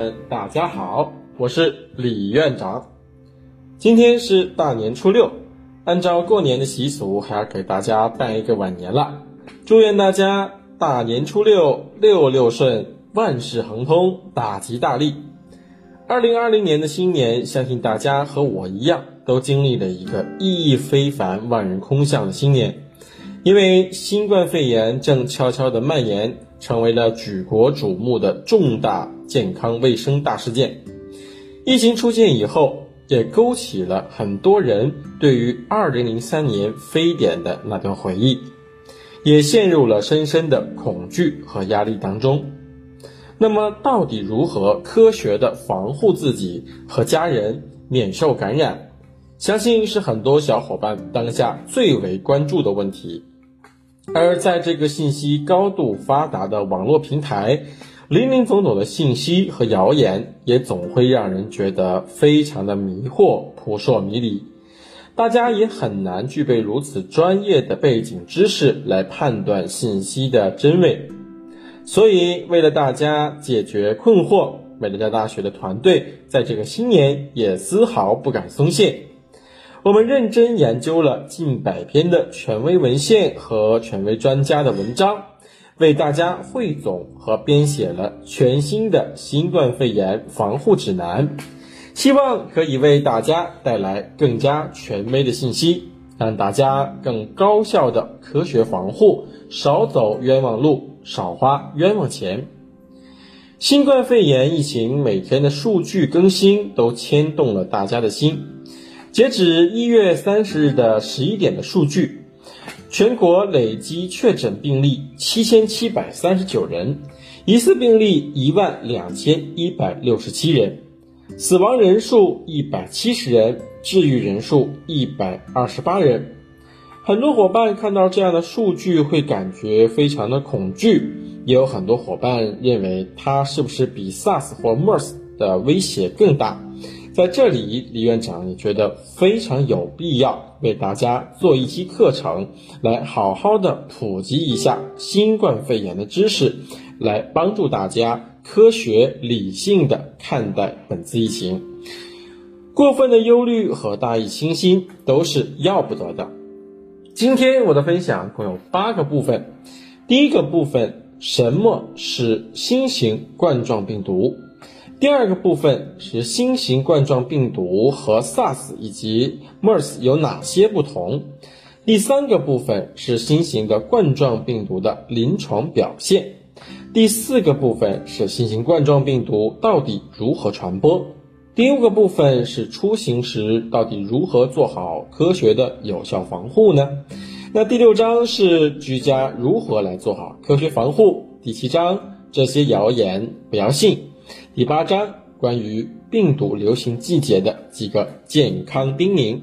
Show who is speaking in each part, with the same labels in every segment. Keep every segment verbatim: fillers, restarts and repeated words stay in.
Speaker 1: 大家好，我是李院长。今天是大年初六，按照过年的习俗，还要给大家拜一个晚年了。祝愿大家大年初六六六顺，万事亨通，大吉大利。二零二零年的新年，相信大家和我一样，都经历了一个意义非凡、万人空巷的新年。因为新冠肺炎正悄悄地蔓延，成为了举国瞩目的重大健康卫生大事件。疫情出现以后，也勾起了很多人对于二零零三年非典的那段回忆，也陷入了深深的恐惧和压力当中。那么到底如何科学地防护自己和家人免受感染，相信是很多小伙伴当下最为关注的问题。而在这个信息高度发达的网络平台，林林总总的信息和谣言也总会让人觉得非常的迷惑，扑朔迷离。大家也很难具备如此专业的背景知识来判断信息的真伪。所以为了大家解决困惑，美乐家大学的团队在这个新年也丝毫不敢松懈。我们认真研究了近百篇的权威文献和权威专家的文章，为大家汇总和编写了全新的新冠肺炎防护指南，希望可以为大家带来更加权威的信息，让大家更高效的科学防护，少走冤枉路，少花冤枉钱。新冠肺炎疫情每天的数据更新都牵动了大家的心。截止一月三十日的十一点的数据，全国累计确诊病例七千七百三十九人，疑似病例一万两千一百六十七人，死亡人数一百七十人，治愈人数一百二十八人。很多伙伴看到这样的数据会感觉非常的恐惧，也有很多伙伴认为它是不是比 SARS 或 MERS 的威胁更大。在这里，李院长也觉得非常有必要为大家做一期课程，来好好的普及一下新冠肺炎的知识，来帮助大家科学理性的看待本次疫情。过分的忧虑和大意轻心都是要不得的。今天我的分享共有八个部分。第一个部分，什么是新型冠状病毒？第二个部分是新型冠状病毒和 SARS 以及 MERS 有哪些不同？第三个部分是新型的冠状病毒的临床表现。第四个部分是新型冠状病毒到底如何传播？第五个部分是出行时到底如何做好科学的有效防护呢？那第六章是居家如何来做好科学防护？第七章，这些谣言不要信。第八章，关于病毒流行季节的几个健康叮咛。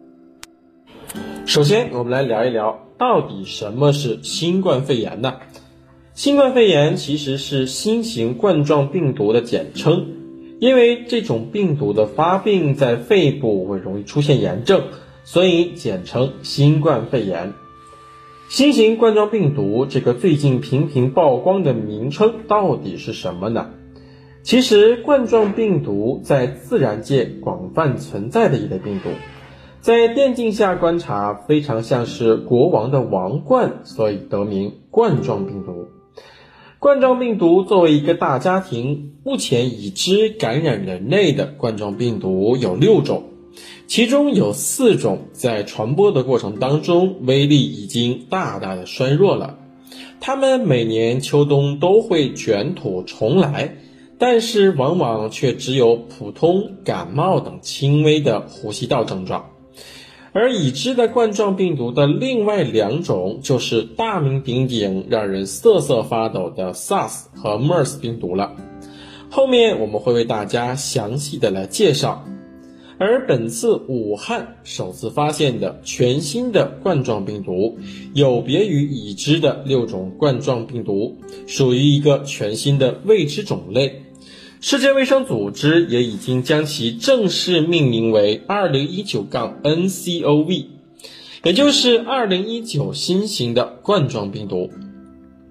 Speaker 1: 首先我们来聊一聊到底什么是新冠肺炎呢？新冠肺炎其实是新型冠状病毒的简称，因为这种病毒的发病在肺部会容易出现炎症，所以简称新冠肺炎。新型冠状病毒这个最近频频曝光的名称到底是什么呢？其实冠状病毒在自然界广泛存在的一类病毒，在电镜下观察非常像是国王的王冠，所以得名冠状病毒。冠状病毒作为一个大家庭，目前已知感染人类的冠状病毒有六种，其中有四种在传播的过程当中威力已经大大的衰弱了。它们每年秋冬都会卷土重来，但是往往却只有普通感冒等轻微的呼吸道症状。而已知的冠状病毒的另外两种就是大名鼎鼎让人瑟瑟发抖的 SARS 和 MERS 病毒了。后面我们会为大家详细的来介绍。而本次武汉首次发现的全新的冠状病毒，有别于已知的六种冠状病毒，属于一个全新的未知种类。世界卫生组织也已经将其正式命名为 二零一九 N C O V， 也就是二零一九新型的冠状病毒。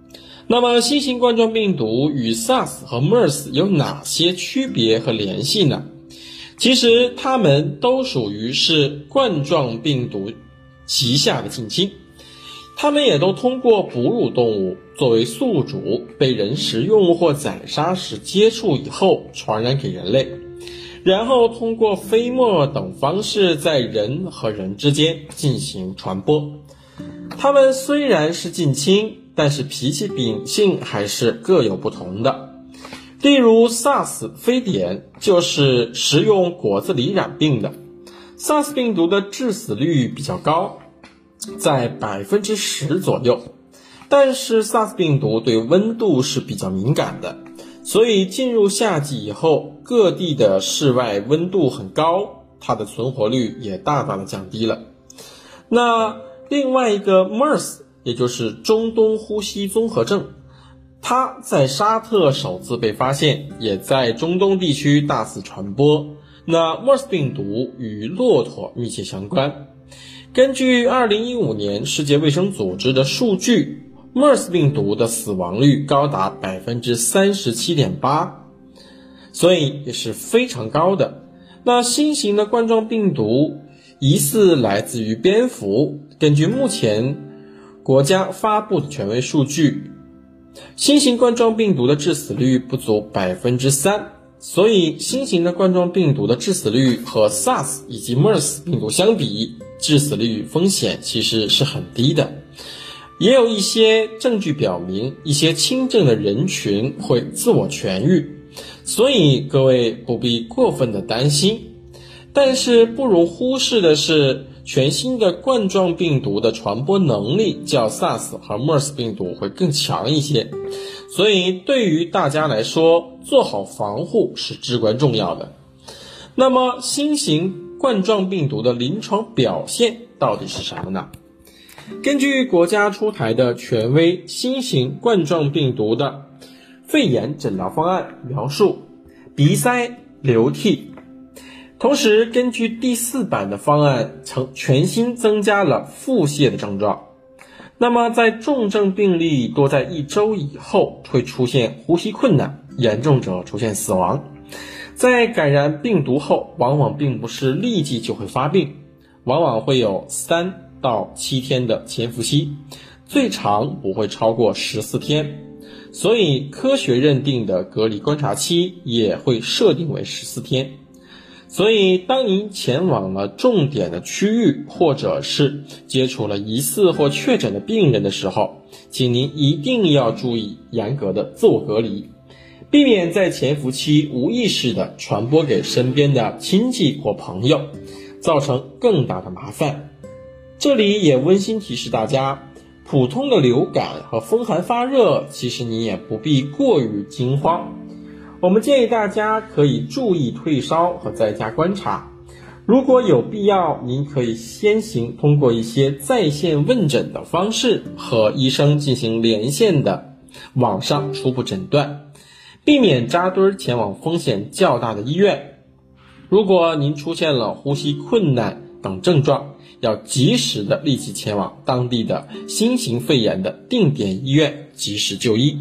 Speaker 1: 那么新型冠状病毒与 SARS 和 MERS 有哪些区别和联系呢？其实它们都属于是冠状病毒旗下的近亲，它们也都通过哺乳动物作为宿主被人食用或宰杀时接触以后传染给人类，然后通过飞沫等方式在人和人之间进行传播。它们虽然是近亲，但是脾气秉性还是各有不同的。例如 SARS 非典就是食用果子狸染病的， SARS 病毒的致死率比较高，在 百分之十 左右，但是 SARS 病毒对温度是比较敏感的，所以进入夏季以后，各地的室外温度很高，它的存活率也大大的降低了。那另外一个 MERS 也就是中东呼吸综合症，它在沙特首次被发现，也在中东地区大肆传播。那 MERS 病毒与骆驼密切相关。根据二零一五年世界卫生组织的数据， MERS 病毒的死亡率高达 百分之三十七点八， 所以也是非常高的。那新型的冠状病毒疑似来自于蝙蝠，根据目前国家发布的权威数据，新型冠状病毒的致死率不足 百分之三， 所以新型的冠状病毒的致死率和 SARS 以及 MERS 病毒相比，致死率风险其实是很低的。也有一些证据表明，一些轻症的人群会自我痊愈，所以各位不必过分的担心。但是不容忽视的是，全新的冠状病毒的传播能力较 SARS 和 MERS 病毒会更强一些，所以对于大家来说，做好防护是至关重要的。那么新型冠状病毒的临床表现到底是什么呢？根据国家出台的权威新型冠状病毒的肺炎诊疗方案描述，鼻塞、流涕。同时根据第四版的方案，曾全新增加了腹泻的症状。那么在重症病例多在一周以后会出现呼吸困难，严重者出现死亡。在感染病毒后，往往并不是立即就会发病，往往会有三到七天的潜伏期，最长不会超过十四天，所以科学认定的隔离观察期也会设定为十四天。所以当您前往了重点的区域，或者是接触了疑似或确诊的病人的时候，请您一定要注意严格的自我隔离，避免在潜伏期无意识的传播给身边的亲戚或朋友，造成更大的麻烦。这里也温馨提示大家，普通的流感和风寒发热，其实你也不必过于惊慌。我们建议大家可以注意退烧和在家观察，如果有必要，您可以先行通过一些在线问诊的方式和医生进行连线的网上初步诊断，避免扎堆前往风险较大的医院。如果您出现了呼吸困难等症状，要及时的立即前往当地的新型肺炎的定点医院及时就医。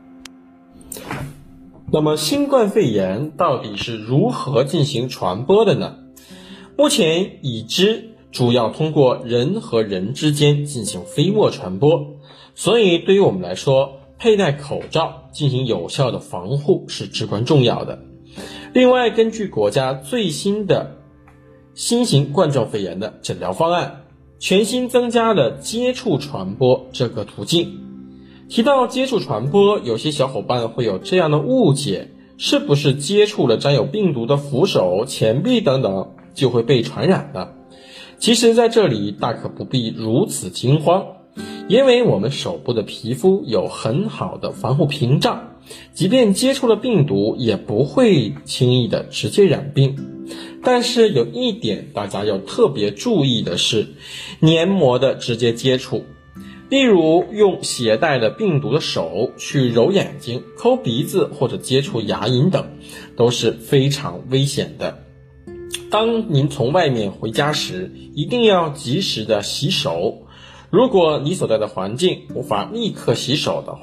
Speaker 1: 那么新冠肺炎到底是如何进行传播的呢？目前已知主要通过人和人之间进行飞沫传播，所以对于我们来说，佩戴口罩进行有效的防护是至关重要的。另外，根据国家最新的新型冠状肺炎的诊疗方案，全新增加了接触传播这个途径。提到接触传播，有些小伙伴会有这样的误解，是不是接触了沾有病毒的扶手、钱币等等就会被传染呢？其实在这里大可不必如此惊慌，因为我们手部的皮肤有很好的防护屏障，即便接触了病毒也不会轻易的直接染病。但是有一点大家要特别注意的是，黏膜的直接接触，例如用携带了病毒的手去揉眼睛、抠鼻子或者接触牙龈等，都是非常危险的。当您从外面回家时，一定要及时的洗手。如果你所在的环境无法立刻洗手的话，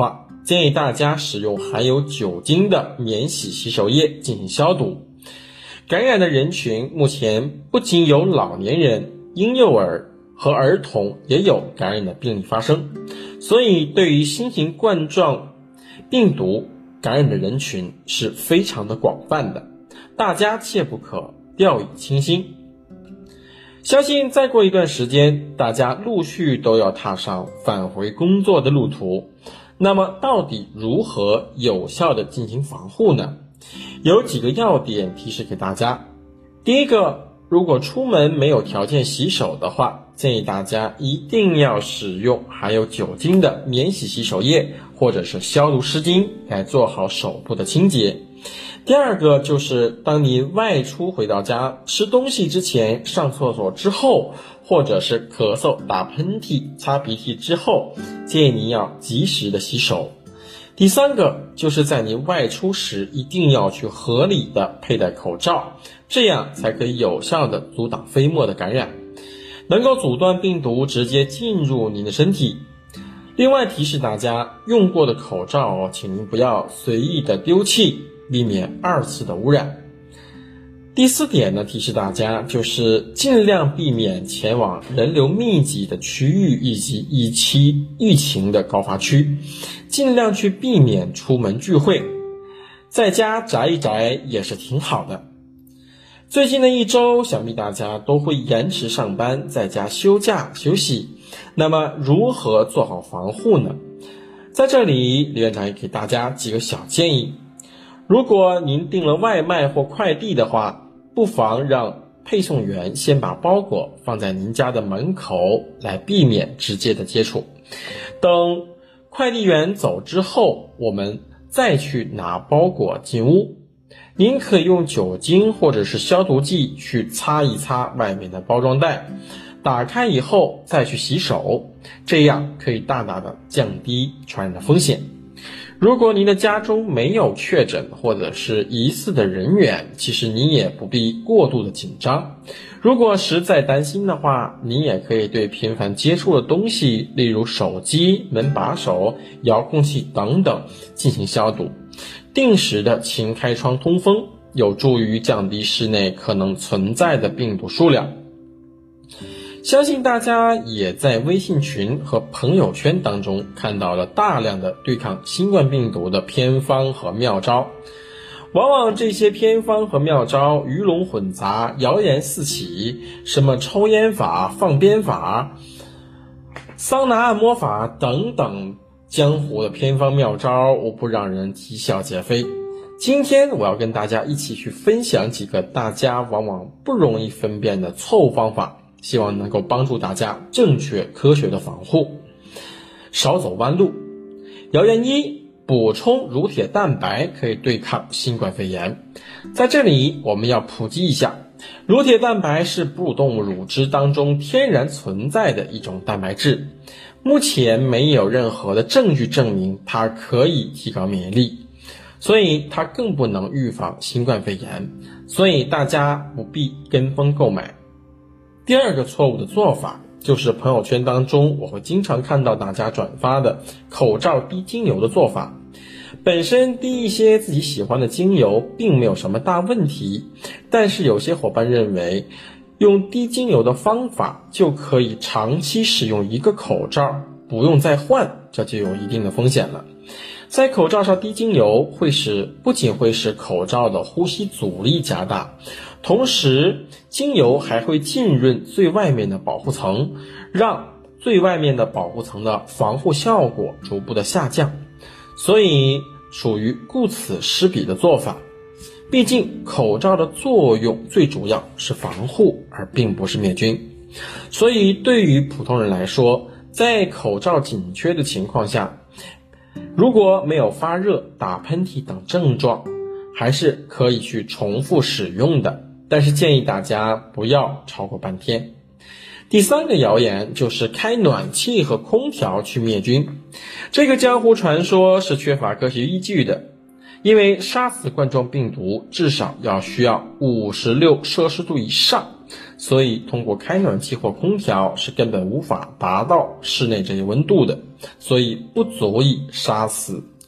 Speaker 1: 建议大家使用含有酒精的免洗洗手液进行消毒。感染的人群目前不仅有老年人、婴幼儿和儿童也有感染的病例发生，所以对于新型冠状病毒感染的人群是非常的广泛的，大家切不可掉以轻心。相信再过一段时间，大家陆续都要踏上返回工作的路途，那么到底如何有效的进行防护呢？有几个要点提示给大家。第一个，如果出门没有条件洗手的话，建议大家一定要使用含有酒精的免洗洗手液或者是消毒湿巾来做好手部的清洁。第二个就是当你外出回到家吃东西之前、上厕所之后，或者是咳嗽、打喷嚏、擦鼻涕之后，建议你要及时的洗手。第三个就是在你外出时一定要去合理的佩戴口罩，这样才可以有效的阻挡飞沫的感染，能够阻断病毒直接进入您的身体。另外提示大家，用过的口罩哦，请您不要随意的丢弃，避免二次的污染。第四点呢，提示大家就是尽量避免前往人流密集的区域以及一期疫情的高发区，尽量去避免出门聚会，在家宅一宅也是挺好的。最近的一周，想必大家都会延迟上班，在家休假休息。那么如何做好防护呢？在这里，李院长也给大家几个小建议。如果您订了外卖或快递的话，不妨让配送员先把包裹放在您家的门口，来避免直接的接触。等快递员走之后，我们再去拿包裹进屋。您可以用酒精或者是消毒剂去擦一擦外面的包装袋，打开以后再去洗手，这样可以大大的降低传染的风险。如果您的家中没有确诊或者是疑似的人员，其实您也不必过度的紧张。如果实在担心的话，您也可以对频繁接触的东西，例如手机、门把手、遥控器等等进行消毒，定时的勤开窗通风，有助于降低室内可能存在的病毒数量。相信大家也在微信群和朋友圈当中看到了大量的对抗新冠病毒的偏方和妙招，往往这些偏方和妙招鱼龙混杂，谣言四起，什么抽烟法、放鞭法、桑拿按摩法等等江湖的偏方妙招，无不让人啼笑皆非。今天我要跟大家一起去分享几个大家往往不容易分辨的错误方法，希望能够帮助大家正确科学的防护，少走弯路。谣言一，补充乳铁蛋白可以对抗新冠肺炎。在这里我们要普及一下，乳铁蛋白是哺乳动物乳汁当中天然存在的一种蛋白质，目前没有任何的证据证明它可以提高免疫力，所以它更不能预防新冠肺炎，所以大家不必跟风购买。第二个错误的做法就是朋友圈当中我会经常看到大家转发的口罩滴精油的做法。本身滴一些自己喜欢的精油并没有什么大问题，但是有些伙伴认为用滴精油的方法就可以长期使用一个口罩，不用再换，这就有一定的风险了。在口罩上滴精油会使不仅会使口罩的呼吸阻力加大，同时精油还会浸润最外面的保护层，让最外面的保护层的防护效果逐步的下降，所以属于顾此失彼的做法。毕竟口罩的作用最主要是防护，而并不是灭菌。所以对于普通人来说，在口罩紧缺的情况下，如果没有发热、打喷嚏等症状，还是可以去重复使用的，但是建议大家不要超过半天。第三个谣言就是开暖气和空调去灭菌，这个江湖传说是缺乏科学依据的，因为杀死冠状病毒至少要需要五十六摄氏度以上，所以通过开暖气或空调是根本无法达到室内这些温度的，所以不足以杀死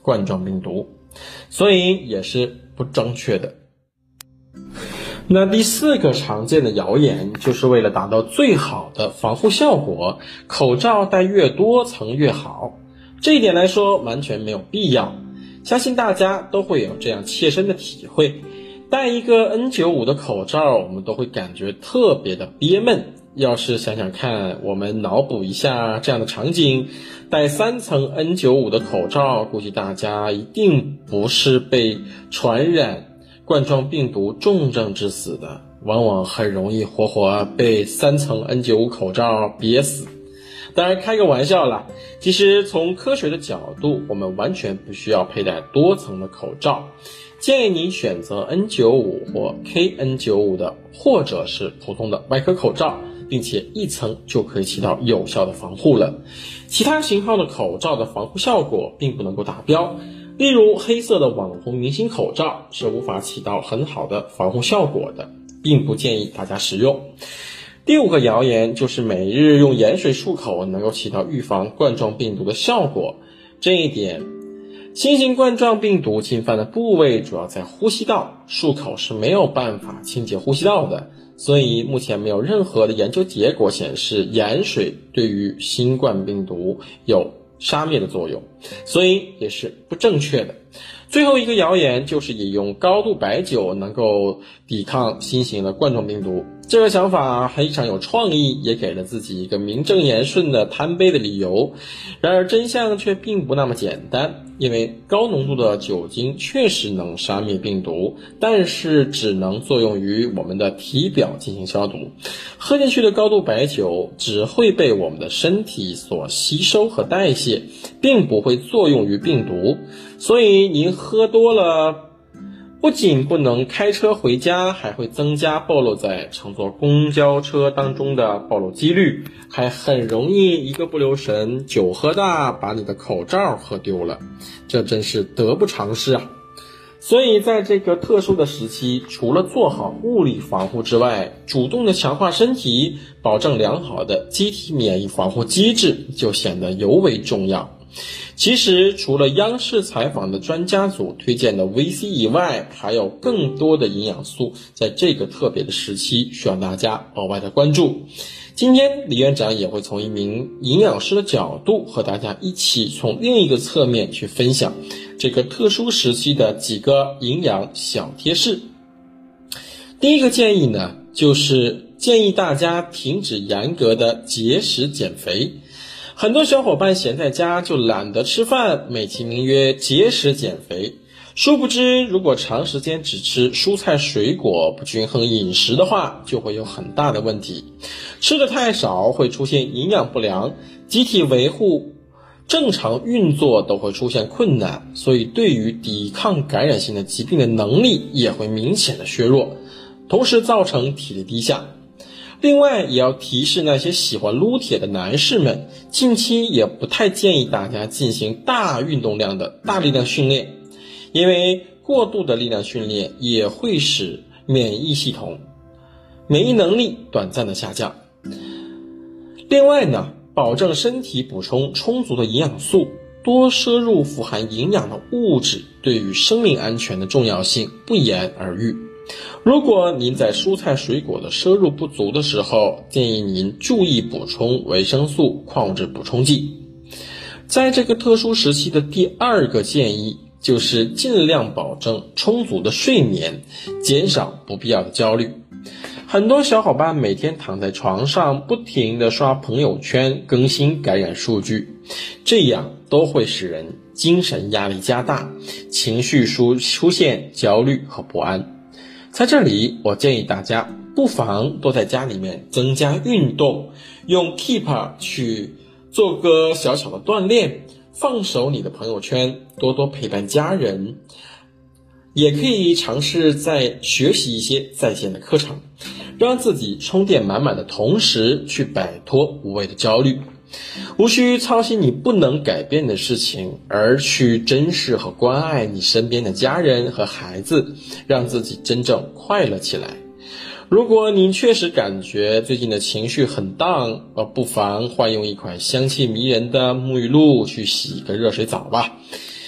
Speaker 1: 冠状病毒，所以也是不正确的。那第四个常见的谣言，就是为了达到最好的防护效果，口罩戴越多层越好。这一点来说完全没有必要，相信大家都会有这样切身的体会。戴一个 N 九十五 的口罩，我们都会感觉特别的憋闷。要是想想看，我们脑补一下这样的场景，戴三层 N 九十五 的口罩，估计大家一定不是被传染冠状病毒重症致死的，往往很容易活活被三层 N 九十五 口罩憋死。当然开个玩笑啦，其实从科学的角度，我们完全不需要佩戴多层的口罩，建议您选择 N 九十五 或 K N 九十五 的，或者是普通的外科口罩，并且一层就可以起到有效的防护了。其他型号的口罩的防护效果并不能够达标，例如黑色的网红明星口罩是无法起到很好的防护效果的，并不建议大家使用。第五个谣言就是每日用盐水漱口能够起到预防冠状病毒的效果。这一点，新型冠状病毒侵犯的部位主要在呼吸道，漱口是没有办法清洁呼吸道的，所以目前没有任何的研究结果显示盐水对于新冠病毒有杀灭的作用，所以也是不正确的。最后一个谣言就是饮用高度白酒能够抵抗新型的冠状病毒，这个想法非常有创意，也给了自己一个名正言顺的贪杯的理由。然而真相却并不那么简单，因为高浓度的酒精确实能杀灭病毒，但是只能作用于我们的体表进行消毒。喝进去的高度白酒只会被我们的身体所吸收和代谢，并不会作用于病毒。所以您喝多了，不仅不能开车回家，还会增加暴露在乘坐公交车当中的暴露几率，还很容易一个不留神酒喝大，把你的口罩喝丢了，这真是得不偿失啊！所以在这个特殊的时期，除了做好物理防护之外，主动的强化身体，保证良好的机体免疫防护机制就显得尤为重要。其实除了央视采访的专家组推荐的 V C 以外，还有更多的营养素在这个特别的时期需要大家额外的关注。今天李院长也会从一名营养师的角度和大家一起从另一个侧面去分享这个特殊时期的几个营养小贴士。第一个建议呢，就是建议大家停止严格的节食减肥。很多小伙伴闲在家就懒得吃饭，美其名曰节食减肥，殊不知如果长时间只吃蔬菜水果，不均衡饮食的话，就会有很大的问题。吃的太少会出现营养不良，机体维护正常运作都会出现困难，所以对于抵抗感染性的疾病的能力也会明显的削弱，同时造成体力低下。另外也要提示那些喜欢撸铁的男士们，近期也不太建议大家进行大运动量的大力量训练，因为过度的力量训练也会使免疫系统免疫能力短暂的下降。另外呢，保证身体补充充足的营养素，多摄入富含营养的物质，对于生命安全的重要性不言而喻。如果您在蔬菜水果的摄入不足的时候，建议您注意补充维生素、矿物质补充剂。在这个特殊时期的第二个建议，就是尽量保证充足的睡眠，减少不必要的焦虑。很多小伙伴每天躺在床上不停地刷朋友圈，更新感染数据，这样都会使人精神压力加大，情绪出出现焦虑和不安。在这里我建议大家不妨多在家里面增加运动，用 Keep 去做个小小的锻炼，放手你的朋友圈，多多陪伴家人，也可以尝试在学习一些在线的课程，让自己充电满满的同时去摆脱无谓的焦虑。无需操心你不能改变的事情，而去珍视和关爱你身边的家人和孩子，让自己真正快乐起来。如果您确实感觉最近的情绪很荡，呃，不妨换用一款香气迷人的沐浴露去洗个热水澡吧。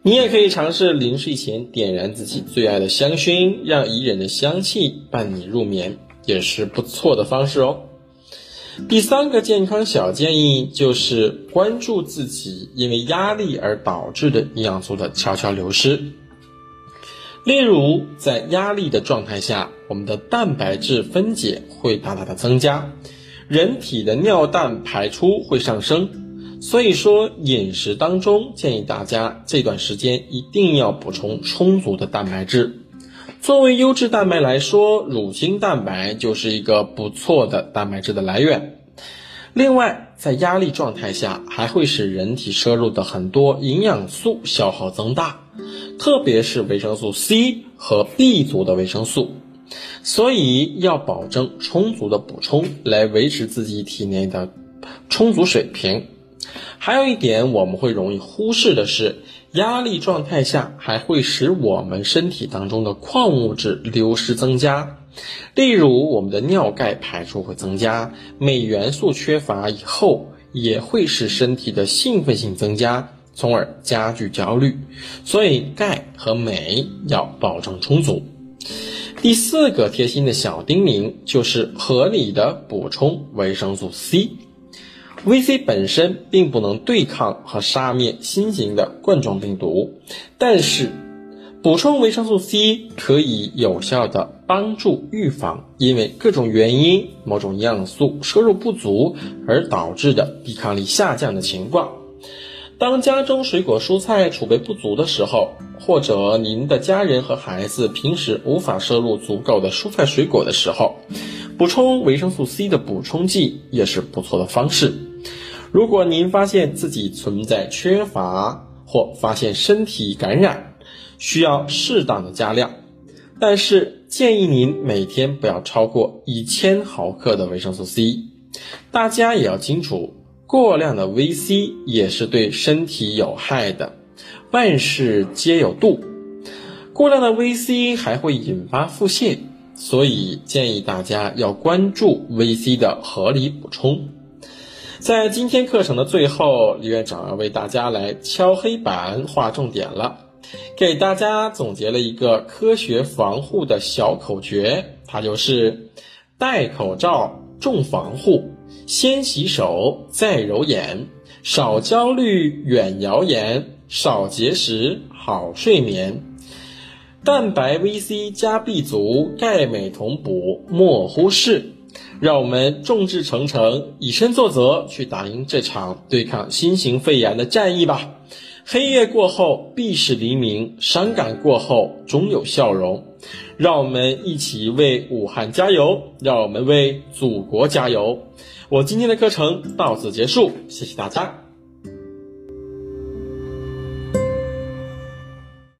Speaker 1: 你也可以尝试临睡前点燃自己最爱的香薰，让宜人的香气伴你入眠，也是不错的方式哦。第三个健康小建议就是关注自己因为压力而导致的营养素的悄悄流失。例如，在压力的状态下，我们的蛋白质分解会大大的增加，人体的尿蛋排出会上升，所以说饮食当中建议大家这段时间一定要补充充足的蛋白质。作为优质蛋白来说，乳清蛋白就是一个不错的蛋白质的来源。另外，在压力状态下，还会使人体摄入的很多营养素消耗增大，特别是维生素 C 和 B 族的维生素，所以要保证充足的补充，来维持自己体内的充足水平。还有一点我们会容易忽视的是，压力状态下还会使我们身体当中的矿物质流失增加，例如我们的尿钙排出会增加，镁元素缺乏以后也会使身体的兴奋性增加，从而加剧焦虑，所以钙和镁要保证充足。第四个贴心的小叮咛就是合理的补充维生素 C。V C 本身并不能对抗和杀灭新型的冠状病毒，但是补充维生素 C 可以有效的帮助预防因为各种原因某种营养素摄入不足而导致的抵抗力下降的情况。当家中水果蔬菜储备不足的时候，或者您的家人和孩子平时无法摄入足够的蔬菜水果的时候，补充维生素 C 的补充剂也是不错的方式。如果您发现自己存在缺乏，或发现身体感染，需要适当的加量，但是建议您每天不要超过一千毫克的维生素 C。大家也要清楚，过量的 V C 也是对身体有害的，万事皆有度。过量的 V C 还会引发腹泻，所以建议大家要关注 V C 的合理补充。在今天课程的最后，李院长要为大家来敲黑板划重点了，给大家总结了一个科学防护的小口诀，它就是戴口罩重防护，先洗手再揉眼，少焦虑远谣言，少节食好睡眠。蛋白 V C 加 B 族，钙镁同补莫忽视。让我们众志成城，以身作则，去打赢这场对抗新型肺炎的战役吧。黑夜过后必是黎明，伤感过后终有笑容。让我们一起为武汉加油，让我们为祖国加油。我今天的课程到此结束，谢谢大家。